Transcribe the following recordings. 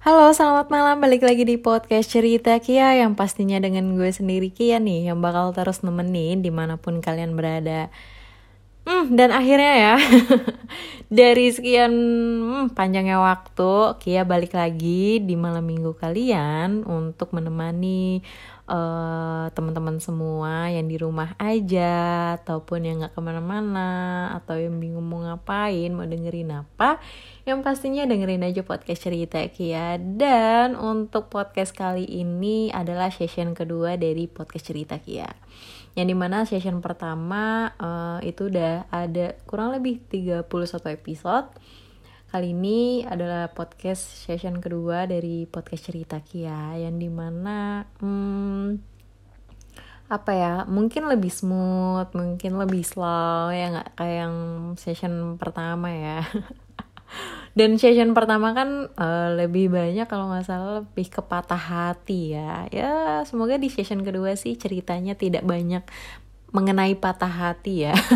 Halo, selamat malam. Balik lagi di podcast Cerita Kia yang pastinya dengan gue sendiri Kia nih yang bakal terus nemenin dimanapun kalian berada. Dan akhirnya ya, dari sekian panjangnya waktu, Kia balik lagi di malam minggu kalian untuk menemani teman-teman semua yang di rumah aja, ataupun yang gak kemana-mana, atau yang bingung mau ngapain, mau dengerin apa. Yang pastinya dengerin aja podcast Cerita Kia. Dan untuk podcast kali ini adalah session kedua dari podcast Cerita Kia, yang dimana session pertama itu udah ada kurang lebih 31 episode. Kali ini adalah podcast session kedua dari podcast Cerita Kia, yang dimana mungkin lebih smooth, mungkin lebih slow ya, nggak kayak yang session pertama ya. Dan session pertama kan lebih banyak, kalau nggak salah lebih ke patah hati ya. Ya semoga di session kedua sih ceritanya tidak banyak mengenai patah hati ya.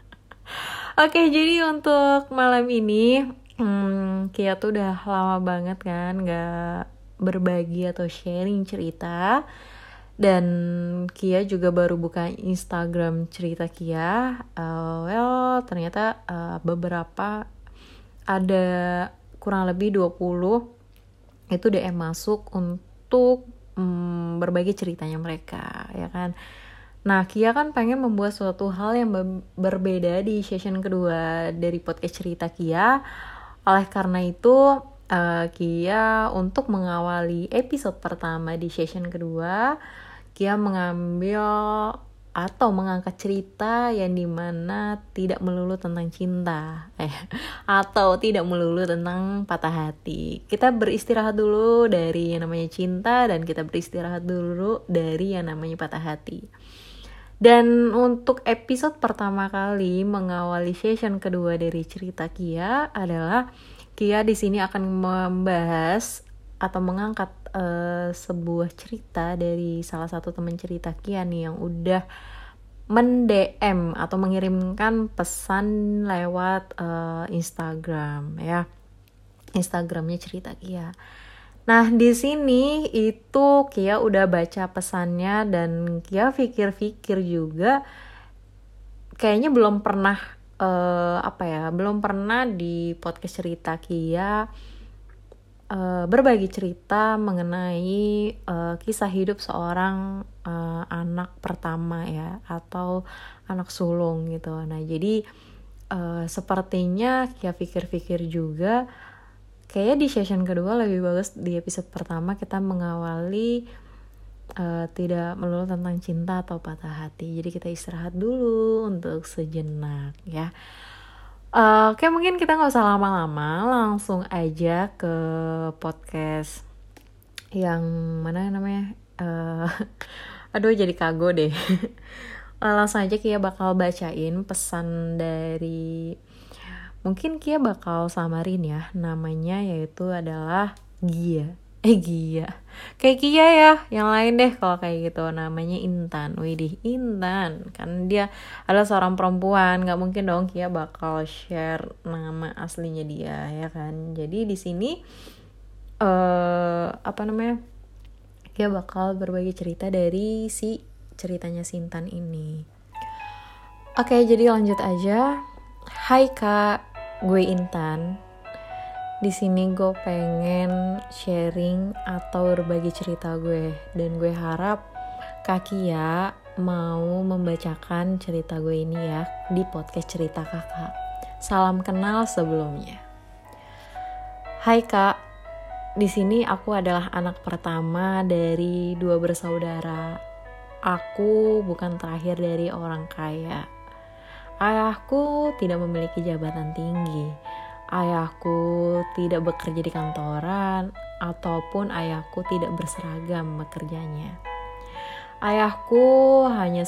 Oke, jadi untuk malam ini Kia tuh udah lama banget kan gak berbagi atau sharing cerita. Dan Kia juga baru buka Instagram Cerita Kia. Ternyata beberapa ada kurang lebih 20 itu DM masuk untuk berbagi ceritanya mereka, ya kan. Nah, Kia kan pengen membuat suatu hal yang berbeda di session kedua dari podcast Cerita Kia. Oleh karena itu, Kia untuk mengawali episode pertama di session kedua, Kia mengambil atau mengangkat cerita yang dimana tidak melulu tentang cinta atau tidak melulu tentang patah hati. Kita beristirahat dulu dari yang namanya cinta, dan kita beristirahat dulu dari yang namanya patah hati. Dan untuk episode pertama kali mengawali session kedua dari Cerita Kia adalah Kia di sini akan membahas atau mengangkat sebuah cerita dari salah satu teman cerita Kia nih, yang udah men-DM atau mengirimkan pesan lewat Instagram ya. Instagramnya Cerita Kia. Nah, di sini itu Kia udah baca pesannya, dan Kia pikir-pikir juga kayaknya belum pernah belum pernah di podcast Cerita Kia berbagi cerita mengenai kisah hidup seorang anak pertama ya, atau anak sulung gitu. Nah, jadi sepertinya Kia pikir-pikir juga kayaknya di session kedua lebih bagus di episode pertama kita mengawali tidak melulu tentang cinta atau patah hati. Jadi kita istirahat dulu untuk sejenak ya. Oke, mungkin kita gak usah lama-lama, langsung aja ke podcast yang mana namanya aduh jadi kago deh. Langsung aja Kia bakal bacain pesan dari, mungkin Kia bakal samarin ya namanya, yaitu adalah Gia. Kayak Kia ya, yang lain deh kalau kayak gitu. Namanya Intan. Widih, Intan. Kan dia adalah seorang perempuan, nggak mungkin dong Kia bakal share nama aslinya dia, ya kan. Jadi di sini Kia bakal berbagi cerita dari si ceritanya si Intan ini. Oke, jadi lanjut aja. Hai Kak, gue Intan. Di sini gue pengen sharing atau berbagi cerita gue, dan gue harap Kak Kia mau membacakan cerita gue ini ya di podcast Cerita Kakak. Salam kenal sebelumnya. Hai Kak, di sini aku adalah anak pertama dari 2 bersaudara. Aku bukan terakhir dari orang kaya. Ayahku tidak memiliki jabatan tinggi. Ayahku tidak bekerja di kantoran, ataupun ayahku tidak berseragam bekerjanya. Ayahku hanya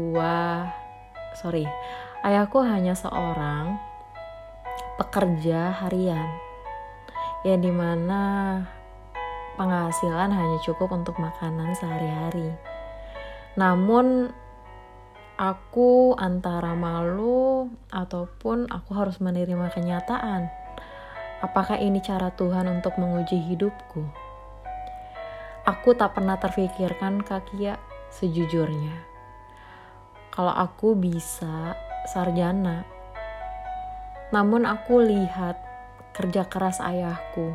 seorang pekerja harian, yang dimana penghasilan hanya cukup untuk makanan sehari-hari. Namun aku antara malu ataupun aku harus menerima kenyataan Apakah ini cara Tuhan untuk menguji hidupku? Aku tak pernah terfikirkan, Kak Kia, sejujurnya. Kalau aku bisa sarjana, namun aku lihat kerja keras ayahku.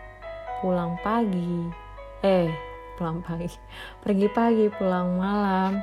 Pergi pagi, pulang malam.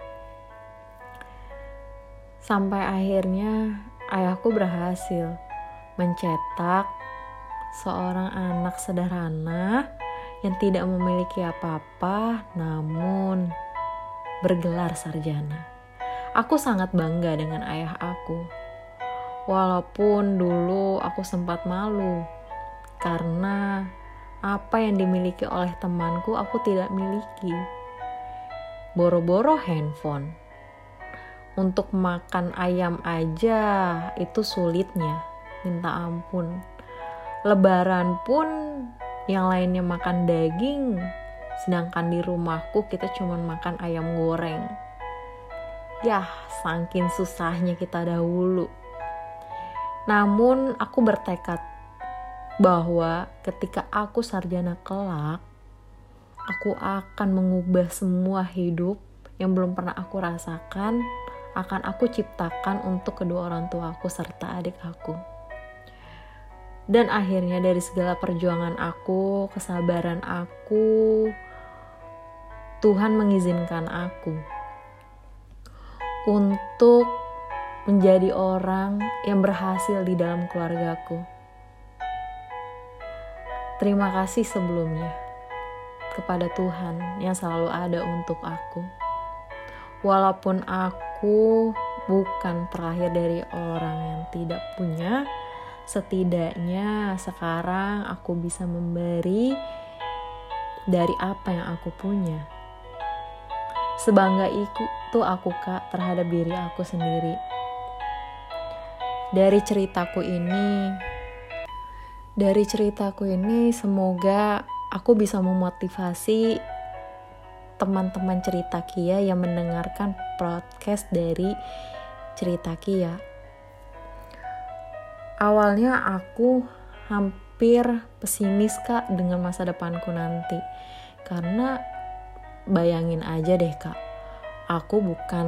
Sampai akhirnya ayahku berhasil mencetak seorang anak sederhana yang tidak memiliki apa-apa, namun bergelar sarjana. Aku sangat bangga dengan ayah aku. Walaupun dulu aku sempat malu karena apa yang dimiliki oleh temanku aku tidak miliki. Boro-boro handphone. Untuk makan ayam aja itu sulitnya, minta ampun. Lebaran pun yang lainnya makan daging, sedangkan di rumahku kita cuma makan ayam goreng. Yah, saking susahnya kita dahulu. Namun aku bertekad bahwa ketika aku sarjana kelak, aku akan mengubah semua hidup yang belum pernah aku rasakan, akan aku ciptakan untuk kedua orang tuaku serta adik aku. Dan akhirnya dari segala perjuangan aku, kesabaran aku, Tuhan mengizinkan aku untuk menjadi orang yang berhasil di dalam keluargaku. Terima kasih sebelumnya kepada Tuhan yang selalu ada untuk aku. Walaupun aku bukan terlahir dari orang yang tidak punya, setidaknya sekarang aku bisa memberi dari apa yang aku punya. Sebangga itu aku, Kak, terhadap diri aku sendiri. Dari ceritaku ini semoga aku bisa memotivasi teman-teman cerita Kia yang mendengarkan podcast dari cerita Kia. Awalnya aku hampir pesimis, Kak, dengan masa depanku nanti. Karena bayangin aja deh, Kak, aku bukan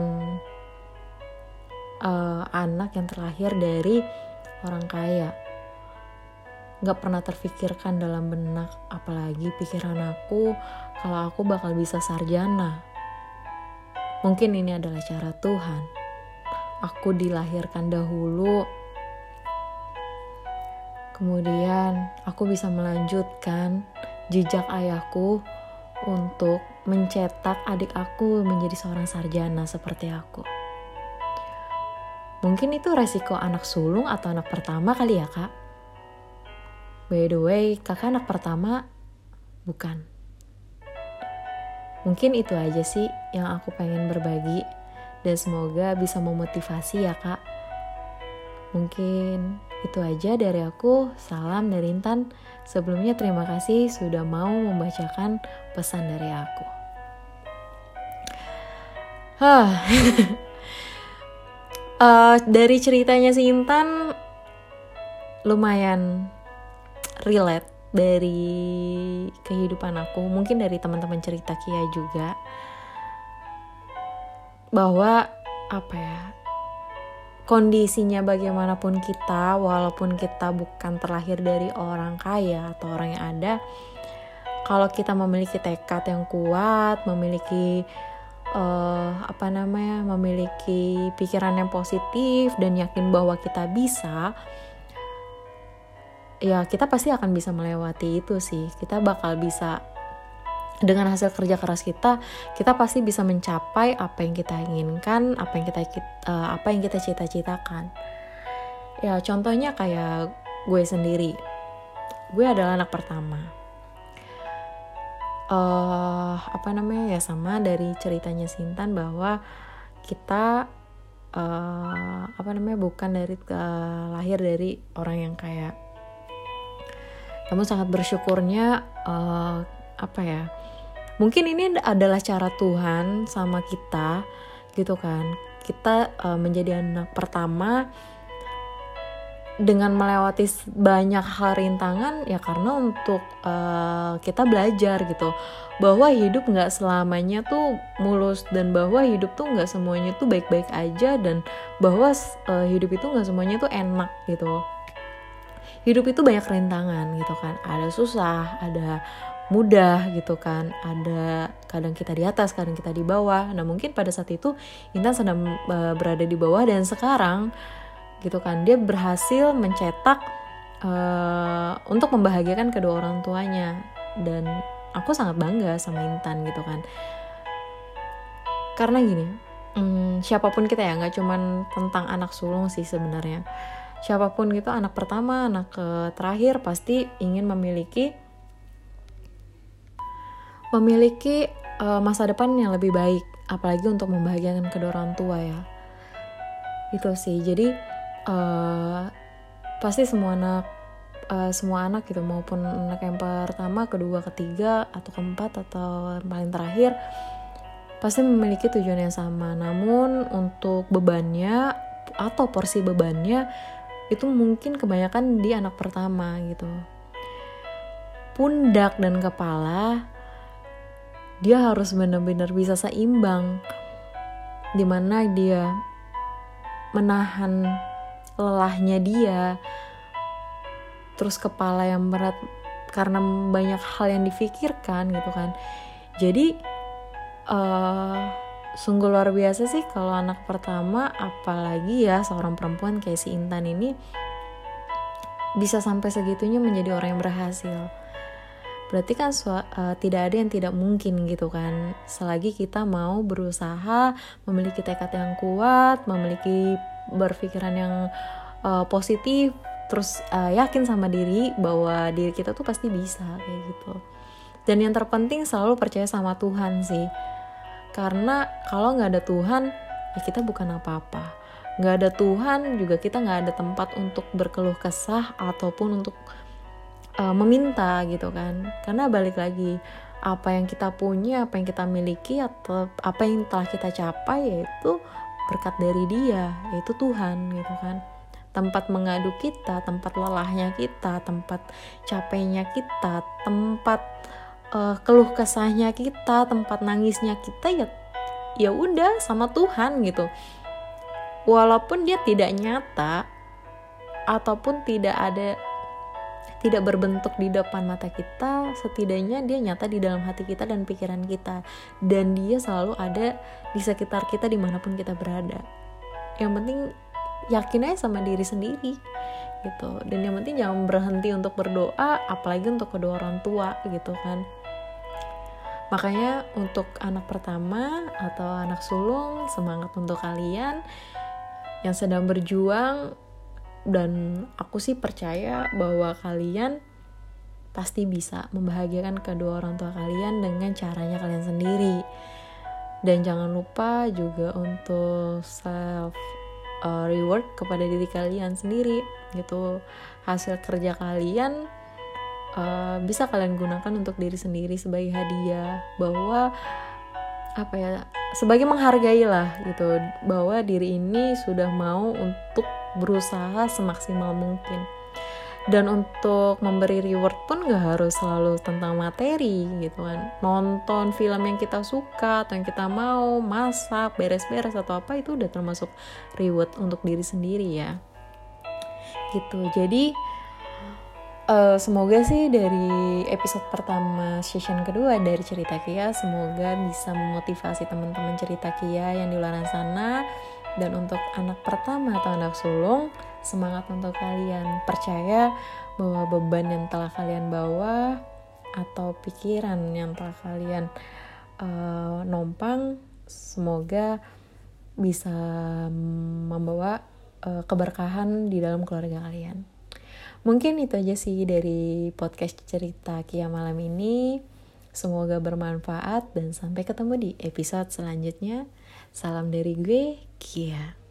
anak yang terlahir dari orang kaya. Gak pernah terfikirkan dalam benak, apalagi pikiran aku kalau aku bakal bisa sarjana. Mungkin ini adalah cara Tuhan. Aku dilahirkan dahulu, kemudian aku bisa melanjutkan jejak ayahku untuk mencetak adik aku menjadi seorang sarjana seperti aku. Mungkin itu resiko anak sulung atau anak pertama kali ya, Kak. By the way, kakak anak pertama bukan. Mungkin itu aja sih yang aku pengen berbagi. Dan semoga bisa memotivasi ya, Kak. Mungkin itu aja dari aku. Salam dari Intan. Sebelumnya terima kasih sudah mau membacakan pesan dari aku. Dari ceritanya si Intan lumayan relate dari kehidupan aku, mungkin dari teman-teman cerita Kia juga, bahwa kondisinya bagaimanapun kita, walaupun kita bukan terlahir dari orang kaya atau orang yang ada, kalau kita memiliki tekad yang kuat, memiliki memiliki pikiran yang positif dan yakin bahwa kita bisa, ya kita pasti akan bisa melewati itu sih. Kita bakal bisa, dengan hasil kerja keras kita pasti bisa mencapai apa yang kita inginkan, apa yang kita cita-citakan. Ya contohnya kayak gue sendiri, gue adalah anak pertama. Ya sama dari ceritanya Sintan bahwa kita bukan lahir dari orang yang kaya. Namun sangat bersyukurnya mungkin ini adalah cara Tuhan sama kita gitu kan. Kita menjadi anak pertama dengan melewati banyak hal rintangan ya karena untuk kita belajar gitu bahwa hidup nggak selamanya tuh mulus, dan bahwa hidup tuh nggak semuanya tuh baik-baik aja, dan bahwa hidup itu nggak semuanya tuh enak gitu. Hidup itu banyak rintangan gitu kan, ada susah, ada mudah gitu kan, ada kadang kita di atas, kadang kita di bawah. Nah mungkin pada saat itu Intan sedang berada di bawah, dan sekarang gitu kan dia berhasil mencetak untuk membahagiakan kedua orang tuanya, dan aku sangat bangga sama Intan gitu kan. Karena gini, siapapun kita ya, nggak cuman tentang anak sulung sih sebenarnya, siapapun gitu, anak pertama, anak terakhir pasti ingin memiliki masa depan yang lebih baik, apalagi untuk membahagiakan kedua orang tua ya. Itu sih. Jadi pasti semua anak gitu, maupun anak yang pertama, kedua, ketiga, atau keempat, atau yang paling terakhir, pasti memiliki tujuan yang sama. Namun untuk bebannya atau porsi bebannya itu mungkin kebanyakan di anak pertama gitu. Pundak dan kepala dia harus benar-benar bisa seimbang, dimana dia menahan lelahnya dia, terus kepala yang berat karena banyak hal yang difikirkan gitu kan. Jadi sungguh luar biasa sih kalau anak pertama, apalagi ya seorang perempuan kayak si Intan ini bisa sampai segitunya menjadi orang yang berhasil. Berarti kan tidak ada yang tidak mungkin gitu kan, selagi kita mau berusaha, memiliki tekad yang kuat, memiliki berpikiran yang positif, terus yakin sama diri bahwa diri kita tuh pasti bisa kayak gitu. Dan yang terpenting selalu percaya sama Tuhan sih, karena kalau nggak ada Tuhan ya kita bukan apa-apa. Nggak ada Tuhan juga kita nggak ada tempat untuk berkeluh kesah ataupun untuk meminta gitu kan. Karena balik lagi, apa yang kita punya, apa yang kita miliki, atau apa yang telah kita capai, yaitu berkat dari Dia, yaitu Tuhan gitu kan. Tempat mengadu kita, tempat lelahnya kita, tempat capeknya kita, tempat keluh kesahnya kita, tempat nangisnya kita, ya udah sama Tuhan gitu. Walaupun dia tidak nyata ataupun tidak berbentuk di depan mata kita, setidaknya dia nyata di dalam hati kita dan pikiran kita, dan dia selalu ada di sekitar kita dimanapun kita berada. Yang penting yakin aja sama diri sendiri gitu, dan yang penting jangan berhenti untuk berdoa, apalagi untuk kedua orang tua gitu kan. Makanya untuk anak pertama atau anak sulung, semangat untuk kalian yang sedang berjuang. Dan aku sih percaya bahwa kalian pasti bisa membahagiakan kedua orang tua kalian dengan caranya kalian sendiri. Dan jangan lupa juga untuk self reward kepada diri kalian sendiri gitu. Hasil kerja kalian bisa kalian gunakan untuk diri sendiri sebagai hadiah, bahwa sebagai menghargai lah gitu, bahwa diri ini sudah mau untuk berusaha semaksimal mungkin. Dan untuk memberi reward pun gak harus selalu tentang materi gitu kan. Nonton film yang kita suka atau yang kita mau, masak, beres-beres atau apa, itu udah termasuk reward untuk diri sendiri ya gitu. Jadi semoga sih dari episode pertama season kedua dari Cerita Kia, semoga bisa memotivasi teman-teman Cerita Kia yang di luar sana. Dan untuk anak pertama atau anak sulung, semangat untuk kalian. Percaya bahwa beban yang telah kalian bawa atau pikiran yang telah kalian nompang, semoga bisa membawa keberkahan di dalam keluarga kalian. Mungkin itu aja sih dari podcast Cerita Kia malam ini. Semoga bermanfaat dan sampai ketemu di episode selanjutnya. Salam dari gue, Kia.